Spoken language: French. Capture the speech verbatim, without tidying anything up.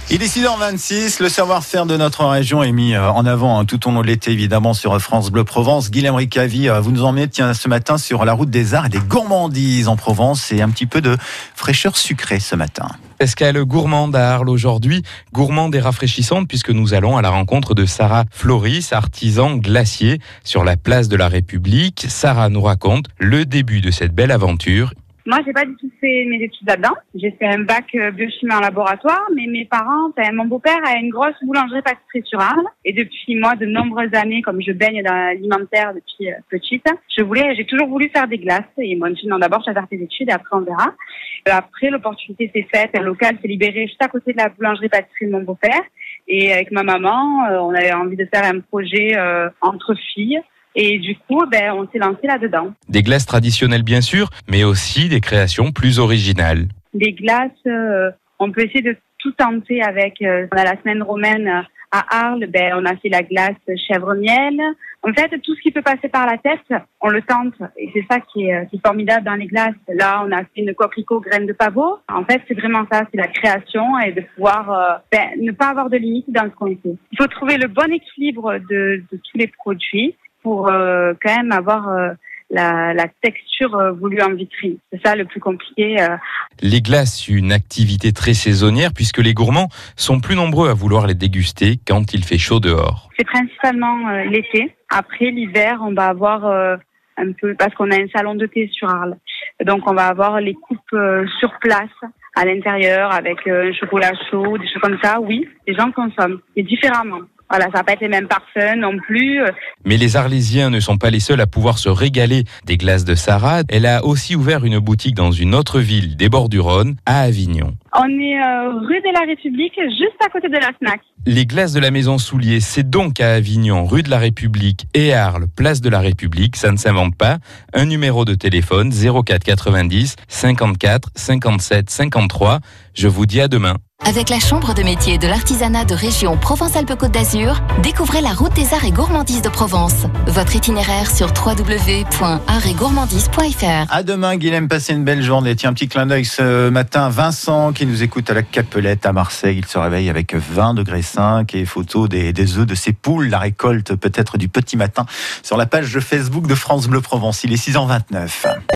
Il est six heures vingt-six, le savoir-faire de notre région est mis en avant tout au long de l'été, évidemment, sur France Bleu Provence. Guilhem Ricavi, vous nous emmenez tiens, ce matin sur la route des arts et des gourmandises en Provence et un petit peu de fraîcheur sucrée ce matin. Escale gourmande à Arles aujourd'hui, gourmande et rafraîchissante puisque nous allons à la rencontre de Sarah Floris, artisan glacier, sur la place de la République. Sarah nous raconte le début de cette belle aventure. Moi, j'ai pas du tout fait mes études là-dedans. J'ai fait un bac biochimie en laboratoire, mais mes parents, enfin, mon beau-père a une grosse boulangerie-pâtisserie sur Arles. Et depuis, moi, de nombreuses années, comme je baigne dans l'alimentaire depuis euh, petite, je voulais, j'ai toujours voulu faire des glaces. Et moi, je me suis dit, non, d'abord, je vais faire tes études et après, on verra. Après, l'opportunité s'est faite. Un local s'est libéré juste à côté de la boulangerie-pâtisserie de mon beau-père. Et avec ma maman, euh, on avait envie de faire un projet euh, entre filles. Et du coup, ben, on s'est lancé là-dedans. Des glaces traditionnelles, bien sûr, mais aussi des créations plus originales. Des glaces, euh, on peut essayer de tout tenter avec... Euh, on a la semaine romaine à Arles, ben, on a fait la glace chèvre-miel. En fait, tout ce qui peut passer par la tête, on le tente. Et c'est ça qui est, qui est formidable dans les glaces. Là, on a fait une coquelicot graine de pavot. En fait, c'est vraiment ça, c'est la création et de pouvoir euh, ben, ne pas avoir de limite dans ce qu'on fait. Il faut trouver le bon équilibre de, de tous les produits pour euh, quand même avoir euh, la, la texture euh, voulue en vitrine. C'est ça le plus compliqué. Euh. Les glaces, une activité très saisonnière puisque les gourmands sont plus nombreux à vouloir les déguster quand il fait chaud dehors. C'est principalement euh, l'été. Après, l'hiver, on va avoir euh, un peu, parce qu'on a un salon de thé sur Arles. Donc, on va avoir les coupes euh, sur place, à l'intérieur, avec euh, un chocolat chaud, des choses comme ça. Oui, les gens consomment, mais différemment. Voilà, ça va pas être les mêmes parfums non plus. Mais les Arlésiens ne sont pas les seuls à pouvoir se régaler des glaces de Sarah. Elle a aussi ouvert une boutique dans une autre ville des bords du Rhône, à Avignon. On est euh, rue de la République, juste à côté de la Fnac. Les glaces de la Maison Soulier, c'est donc à Avignon, rue de la République et à Arles, place de la République. Ça ne s'invente pas. Un numéro de téléphone zéro quatre quatre-vingt-dix cinquante-quatre cinquante-sept cinquante-trois. Je vous dis à demain. Avec la Chambre de métier de l'artisanat de région Provence-Alpes-Côte d'Azur, découvrez la route des arts et gourmandises de Provence. Votre itinéraire sur w w w point art et gourmandises point f r. À demain, Guilhem, passez une belle journée. Tiens, un petit clin d'œil ce matin. Vincent, qui nous écoute à la Capelette à Marseille. Il se réveille avec vingt degrés cinq et photo des, des œufs de ses poules. La récolte peut-être du petit matin sur la page de Facebook de France Bleu Provence. Il est six heures vingt-neuf.